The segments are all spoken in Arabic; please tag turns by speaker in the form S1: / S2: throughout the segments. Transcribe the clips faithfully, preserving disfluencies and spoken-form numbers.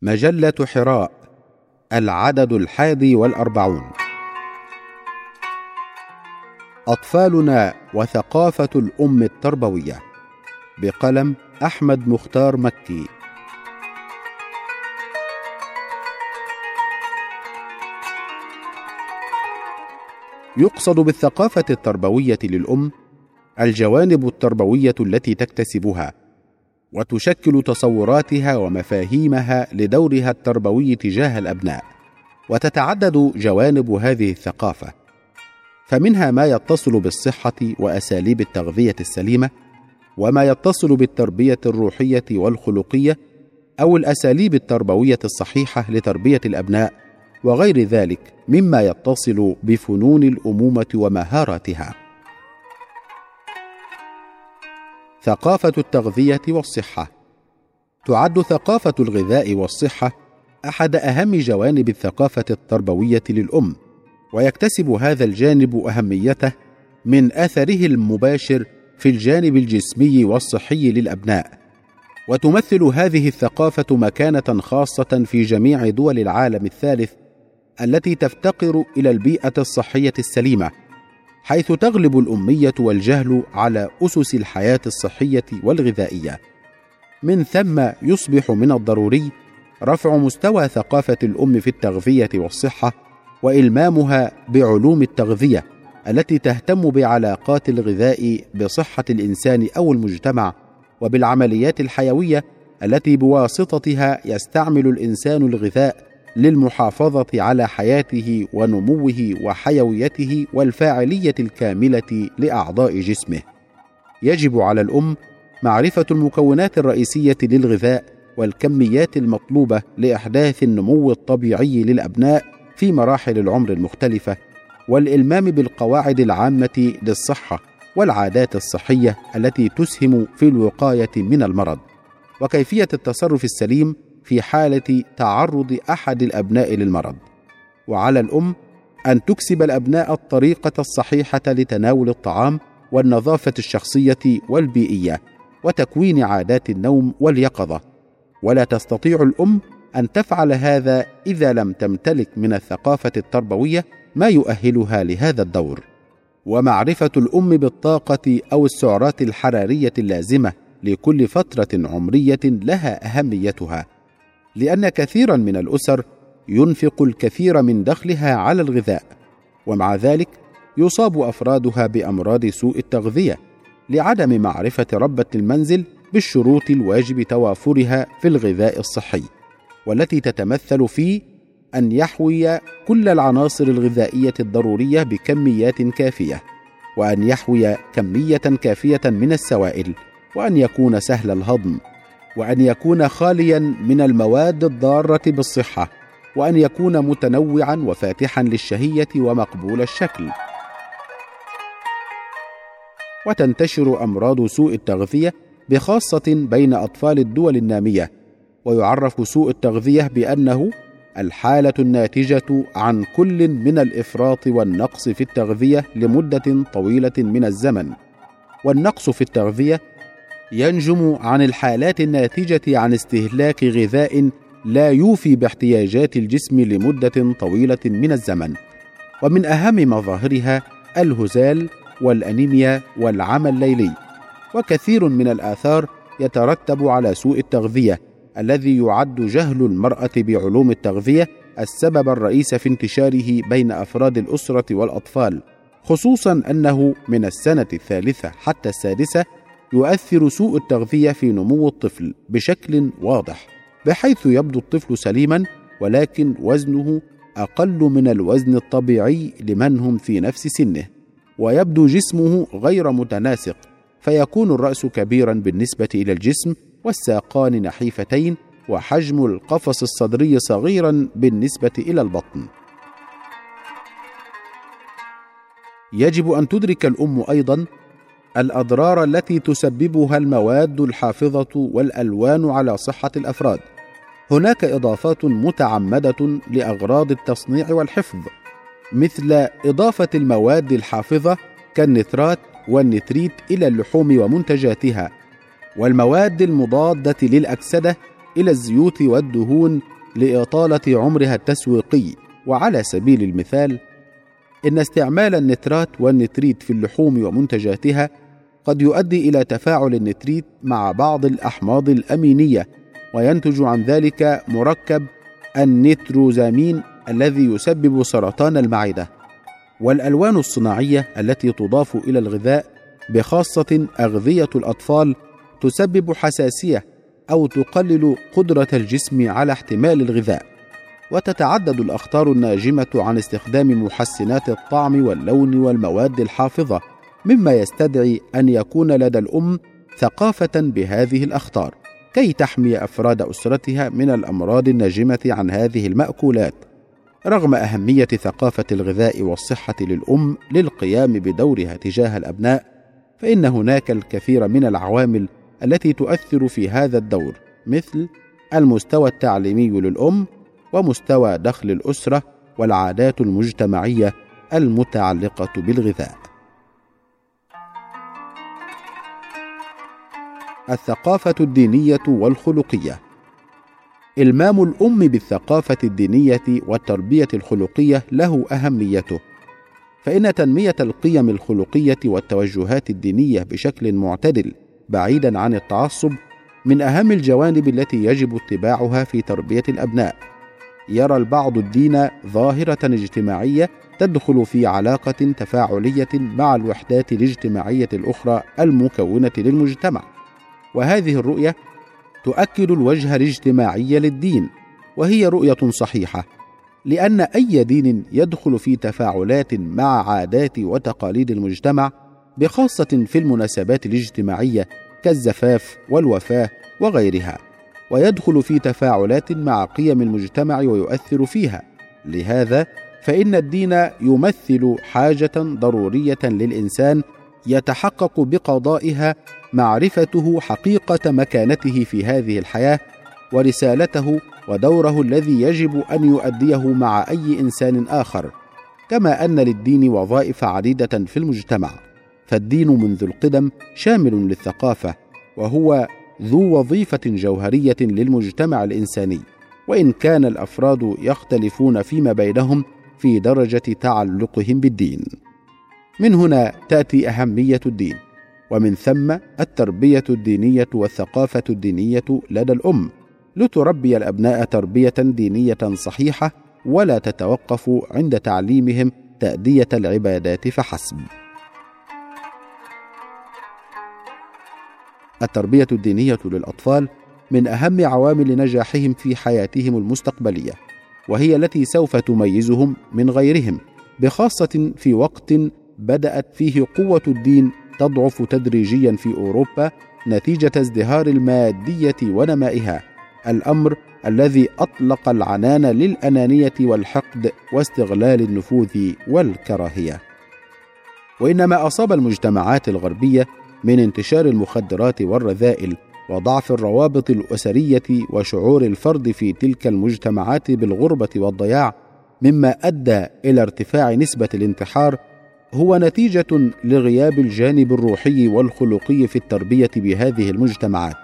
S1: مجلة حراء، العدد الحادي والأربعون. أطفالنا وثقافة الأم التربوية، بقلم أحمد مختار مكي. يقصد بالثقافة التربوية للأم الجوانب التربوية التي تكتسبها وتشكل تصوراتها ومفاهيمها لدورها التربوي تجاه الأبناء، وتتعدد جوانب هذه الثقافة، فمنها ما يتصل بالصحة وأساليب التغذية السليمة، وما يتصل بالتربية الروحية والخلقية أو الأساليب التربوية الصحيحة لتربية الأبناء، وغير ذلك مما يتصل بفنون الأمومة ومهاراتها. ثقافة التغذية والصحة. تعد ثقافة الغذاء والصحة أحد أهم جوانب الثقافة التربوية للأم، ويكتسب هذا الجانب أهميته من أثره المباشر في الجانب الجسمي والصحي للأبناء، وتمثل هذه الثقافة مكانة خاصة في جميع دول العالم الثالث التي تفتقر إلى البيئة الصحية السليمة، حيث تغلب الأمية والجهل على أسس الحياة الصحية والغذائية. من ثم يصبح من الضروري رفع مستوى ثقافة الأم في التغذية والصحة، وإلمامها بعلوم التغذية التي تهتم بعلاقات الغذاء بصحة الإنسان أو المجتمع، وبالعمليات الحيوية التي بواسطتها يستعمل الإنسان الغذاء للمحافظة على حياته ونموه وحيويته والفاعلية الكاملة لأعضاء جسمه. يجب على الأم معرفة المكونات الرئيسية للغذاء والكميات المطلوبة لإحداث النمو الطبيعي للأبناء في مراحل العمر المختلفة، والإلمام بالقواعد العامة للصحة والعادات الصحية التي تسهم في الوقاية من المرض، وكيفية التصرف السليم في حالة تعرض أحد الأبناء للمرض. وعلى الأم أن تكسب الأبناء الطريقة الصحيحة لتناول الطعام والنظافة الشخصية والبيئية وتكوين عادات النوم واليقظة، ولا تستطيع الأم أن تفعل هذا إذا لم تمتلك من الثقافة التربوية ما يؤهلها لهذا الدور. ومعرفة الأم بالطاقة أو السعرات الحرارية اللازمة لكل فترة عمرية لها أهميتها، لأن كثيرا من الأسر ينفق الكثير من دخلها على الغذاء، ومع ذلك يصاب أفرادها بأمراض سوء التغذية لعدم معرفة ربة المنزل بالشروط الواجب توافرها في الغذاء الصحي، والتي تتمثل في أن يحوي كل العناصر الغذائية الضرورية بكميات كافية، وأن يحوي كمية كافية من السوائل، وأن يكون سهل الهضم، وأن يكون خاليا من المواد الضارة بالصحة، وأن يكون متنوعا وفاتحا للشهية ومقبول الشكل. وتنتشر أمراض سوء التغذية بخاصة بين أطفال الدول النامية، ويعرف سوء التغذية بأنه الحالة الناتجة عن كل من الإفراط والنقص في التغذية لمدة طويلة من الزمن. والنقص في التغذية ينجم عن الحالات الناتجة عن استهلاك غذاء لا يوفي باحتياجات الجسم لمدة طويلة من الزمن، ومن أهم مظاهرها الهزال والأنيميا والعمى الليلي. وكثير من الآثار يترتب على سوء التغذية الذي يعد جهل المرأة بعلوم التغذية السبب الرئيس في انتشاره بين أفراد الأسرة والأطفال، خصوصا أنه من السنة الثالثة حتى السادسة يؤثر سوء التغذية في نمو الطفل بشكل واضح، بحيث يبدو الطفل سليما ولكن وزنه أقل من الوزن الطبيعي لمن هم في نفس سنه، ويبدو جسمه غير متناسق، فيكون الرأس كبيرا بالنسبة إلى الجسم، والساقان نحيفتين، وحجم القفص الصدري صغيرا بالنسبة إلى البطن. يجب أن تدرك الأم أيضا الأضرار التي تسببها المواد الحافظة والألوان على صحة الأفراد. هناك إضافات متعمدة لأغراض التصنيع والحفظ، مثل إضافة المواد الحافظة كالنترات والنتريت إلى اللحوم ومنتجاتها، والمواد المضادة للأكسدة إلى الزيوت والدهون لإطالة عمرها التسويقي. وعلى سبيل المثال، إن استعمال النترات والنتريت في اللحوم ومنتجاتها قد يؤدي إلى تفاعل النتريت مع بعض الأحماض الأمينية، وينتج عن ذلك مركب النيتروزامين الذي يسبب سرطان المعدة. والألوان الصناعية التي تضاف إلى الغذاء، بخاصة أغذية الأطفال، تسبب حساسية أو تقلل قدرة الجسم على احتمال الغذاء. وتتعدد الأخطار الناجمة عن استخدام محسنات الطعم واللون والمواد الحافظة، مما يستدعي أن يكون لدى الأم ثقافة بهذه الأخطار كي تحمي أفراد أسرتها من الأمراض الناجمة عن هذه المأكولات. رغم أهمية ثقافة الغذاء والصحة للأم للقيام بدورها تجاه الأبناء، فإن هناك الكثير من العوامل التي تؤثر في هذا الدور، مثل المستوى التعليمي للأم، ومستوى دخل الأسرة، والعادات المجتمعية المتعلقة بالغذاء. الثقافة الدينية والخلقية. إلمام الأم بالثقافة الدينية والتربية الخلقية له أهميته، فإن تنمية القيم الخلقية والتوجهات الدينية بشكل معتدل بعيدا عن التعصب من أهم الجوانب التي يجب اتباعها في تربية الأبناء. يرى البعض الدين ظاهرة اجتماعية تدخل في علاقة تفاعلية مع الوحدات الاجتماعية الأخرى المكونة للمجتمع، وهذه الرؤية تؤكد الوجه الاجتماعي للدين، وهي رؤية صحيحة، لأن أي دين يدخل في تفاعلات مع عادات وتقاليد المجتمع، بخاصة في المناسبات الاجتماعية كالزفاف والوفاة وغيرها، ويدخل في تفاعلات مع قيم المجتمع ويؤثر فيها. لهذا فإن الدين يمثل حاجة ضرورية للإنسان يتحقق بقضائها معرفته حقيقة مكانته في هذه الحياة، ورسالته ودوره الذي يجب أن يؤديه مع أي إنسان آخر، كما أن للدين وظائف عديدة في المجتمع. فالدين منذ القدم شامل للثقافة، وهو ذو وظيفة جوهرية للمجتمع الإنساني، وإن كان الأفراد يختلفون فيما بينهم في درجة تعلقهم بالدين. من هنا تأتي أهمية الدين، ومن ثم التربية الدينية والثقافة الدينية لدى الأم، لتربي الأبناء تربية دينية صحيحة، ولا تتوقف عند تعليمهم تأدية العبادات فحسب. التربية الدينية للأطفال من أهم عوامل نجاحهم في حياتهم المستقبلية، وهي التي سوف تميزهم من غيرهم، بخاصة في وقت بدأت فيه قوة الدين تضعف تدريجيا في أوروبا نتيجة ازدهار المادية ونمائها، الأمر الذي أطلق العنان للأنانية والحقد واستغلال النفوذ والكراهية. وإنما أصاب المجتمعات الغربية من انتشار المخدرات والرذائل وضعف الروابط الأسرية وشعور الفرد في تلك المجتمعات بالغربة والضياع، مما أدى إلى ارتفاع نسبة الانتحار، هو نتيجة لغياب الجانب الروحي والخلقي في التربية بهذه المجتمعات.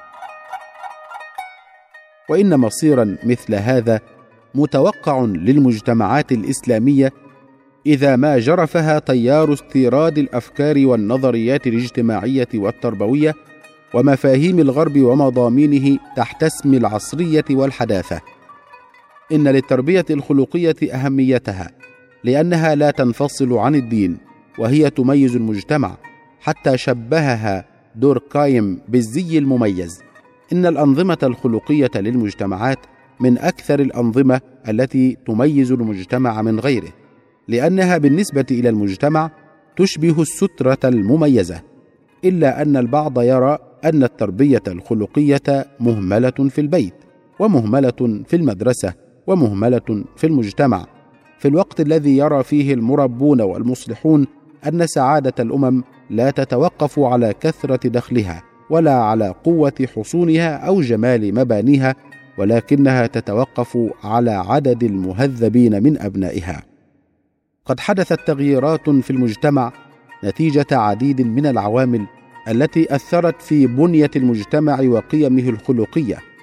S1: وإن مصيرا مثل هذا متوقع للمجتمعات الإسلامية إذا ما جرفها تيار استيراد الأفكار والنظريات الاجتماعية والتربوية ومفاهيم الغرب ومضامينه تحت اسم العصرية والحداثة. إن للتربية الخلقية أهميتها، لأنها لا تنفصل عن الدين، وهي تميز المجتمع، حتى شبهها دوركايم بالزي المميز. إن الأنظمة الخلقية للمجتمعات من أكثر الأنظمة التي تميز المجتمع من غيره، لأنها بالنسبة إلى المجتمع تشبه السترة المميزة، إلا أن البعض يرى أن التربية الخلقية مهملة في البيت، ومهملة في المدرسة، ومهملة في المجتمع، في الوقت الذي يرى فيه المربون والمصلحون أن سعادة الأمم لا تتوقف على كثرة دخلها ولا على قوة حصونها أو جمال مبانيها، ولكنها تتوقف على عدد المهذبين من أبنائها. قد حدثت تغييرات في المجتمع نتيجة عديد من العوامل التي أثرت في بنية المجتمع وقيمه الخلقية،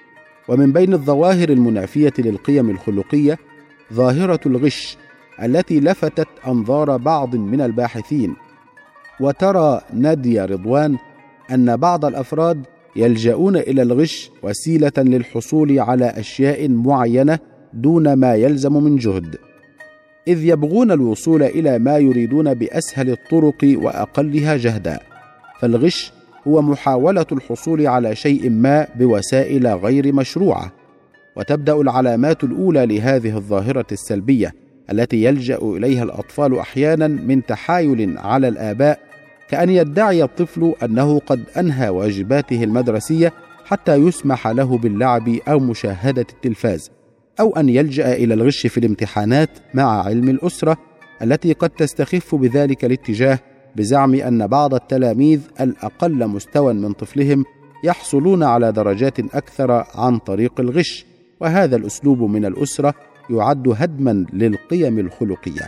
S1: ومن بين الظواهر المنافية للقيم الخلقية ظاهرة الغش التي لفتت أنظار بعض من الباحثين. وترى نادية رضوان أن بعض الأفراد يلجؤون إلى الغش وسيلة للحصول على أشياء معينة دون ما يلزم من جهد، إذ يبغون الوصول إلى ما يريدون بأسهل الطرق وأقلها جهدا. فالغش هو محاولة الحصول على شيء ما بوسائل غير مشروعة. وتبدأ العلامات الأولى لهذه الظاهرة السلبية التي يلجأ إليها الأطفال أحيانا من تحايل على الآباء، كأن يدعي الطفل أنه قد أنهى واجباته المدرسية حتى يسمح له باللعب أو مشاهدة التلفاز، أو أن يلجأ إلى الغش في الامتحانات مع علم الأسرة التي قد تستخف بذلك الاتجاه بزعم أن بعض التلاميذ الأقل مستوى من طفلهم يحصلون على درجات أكثر عن طريق الغش. وهذا الأسلوب من الأسرة يعد هدما للقيم الخلقية.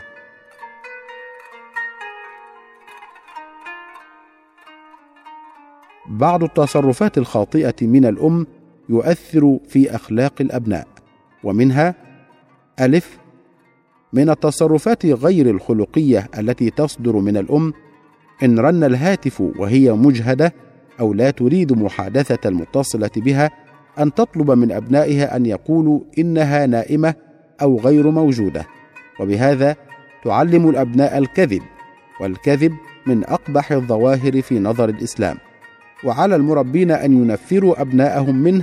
S1: بعض التصرفات الخاطئة من الأم يؤثر في أخلاق الأبناء، ومنها: ألف، من التصرفات غير الخلقية التي تصدر من الأم إن رن الهاتف وهي مجهدة أو لا تريد محادثة المتصلة بها أن تطلب من أبنائها أن يقولوا إنها نائمة أو غير موجودة، وبهذا تعلم الأبناء الكذب، والكذب من أقبح الظواهر في نظر الإسلام. وعلى المربين أن ينفروا أبنائهم منه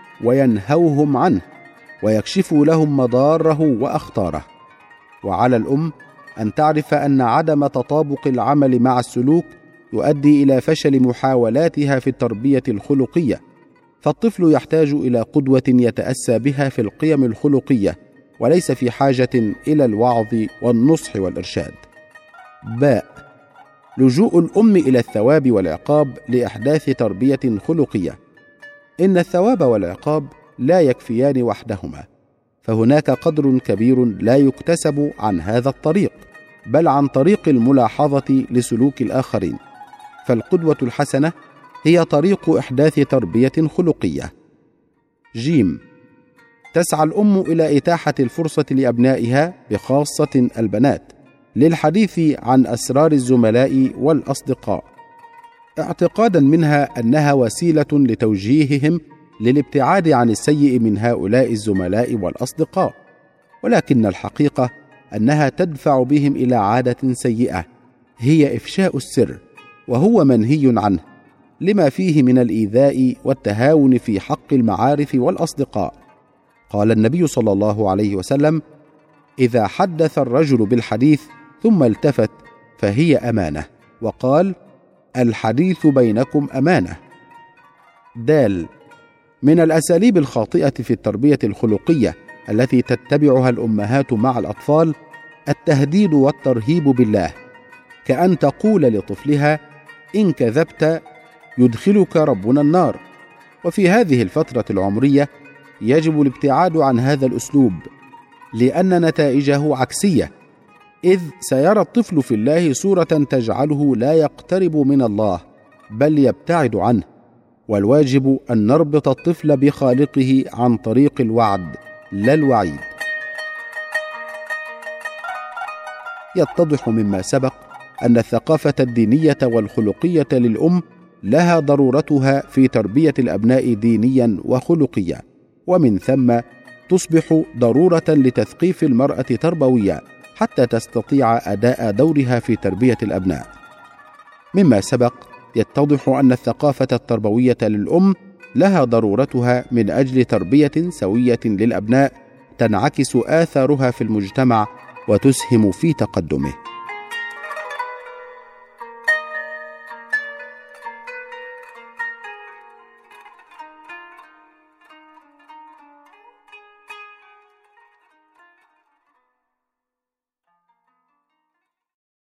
S1: وينهوهم عنه ويكشفوا لهم مضاره وأخطاره. وعلى الأم أن تعرف أن عدم تطابق العمل مع السلوك يؤدي إلى فشل محاولاتها في التربية الخلقية، فالطفل يحتاج إلى قدوة يتأسى بها في القيم الخلقية، وليس في حاجة إلى الوعظ والنصح والإرشاد. باء، لجوء الأم إلى الثواب والعقاب لإحداث تربية خلقية. إن الثواب والعقاب لا يكفيان وحدهما، فهناك قدر كبير لا يكتسب عن هذا الطريق، بل عن طريق الملاحظة لسلوك الآخرين. فالقدوة الحسنة هي طريق إحداث تربية خلقية. جيم، تسعى الأم إلى إتاحة الفرصة لأبنائها بخاصة البنات للحديث عن أسرار الزملاء والأصدقاء، اعتقادا منها أنها وسيلة لتوجيههم للابتعاد عن السيء من هؤلاء الزملاء والأصدقاء، ولكن الحقيقة أنها تدفع بهم إلى عادة سيئة هي إفشاء السر، وهو منهي عنه لما فيه من الإيذاء والتهاون في حق المعارف والأصدقاء. قال النبي صلى الله عليه وسلم: إذا حدث الرجل بالحديث ثم التفت فهي أمانة، وقال: الحديث بينكم أمانة. دال، من الأساليب الخاطئة في التربية الخلقية التي تتبعها الأمهات مع الأطفال التهديد والترهيب بالله، كأن تقول لطفلها: إن كذبت يدخلك ربنا النار. وفي هذه الفترة العمرية يجب الابتعاد عن هذا الأسلوب، لأن نتائجه عكسية، إذ سيرى الطفل في الله صورة تجعله لا يقترب من الله بل يبتعد عنه. والواجب أن نربط الطفل بخالقه عن طريق الوعد لا الوعيد. يتضح مما سبق أن الثقافة الدينية والخلقية للأم لها ضرورتها في تربية الأبناء دينيا وخلقيا، ومن ثم تصبح ضرورة لتثقيف المرأة تربويا حتى تستطيع أداء دورها في تربية الأبناء. مما سبق يتضح أن الثقافة التربوية للأم لها ضرورتها من أجل تربية سوية للأبناء تنعكس آثارها في المجتمع وتسهم في تقدمه.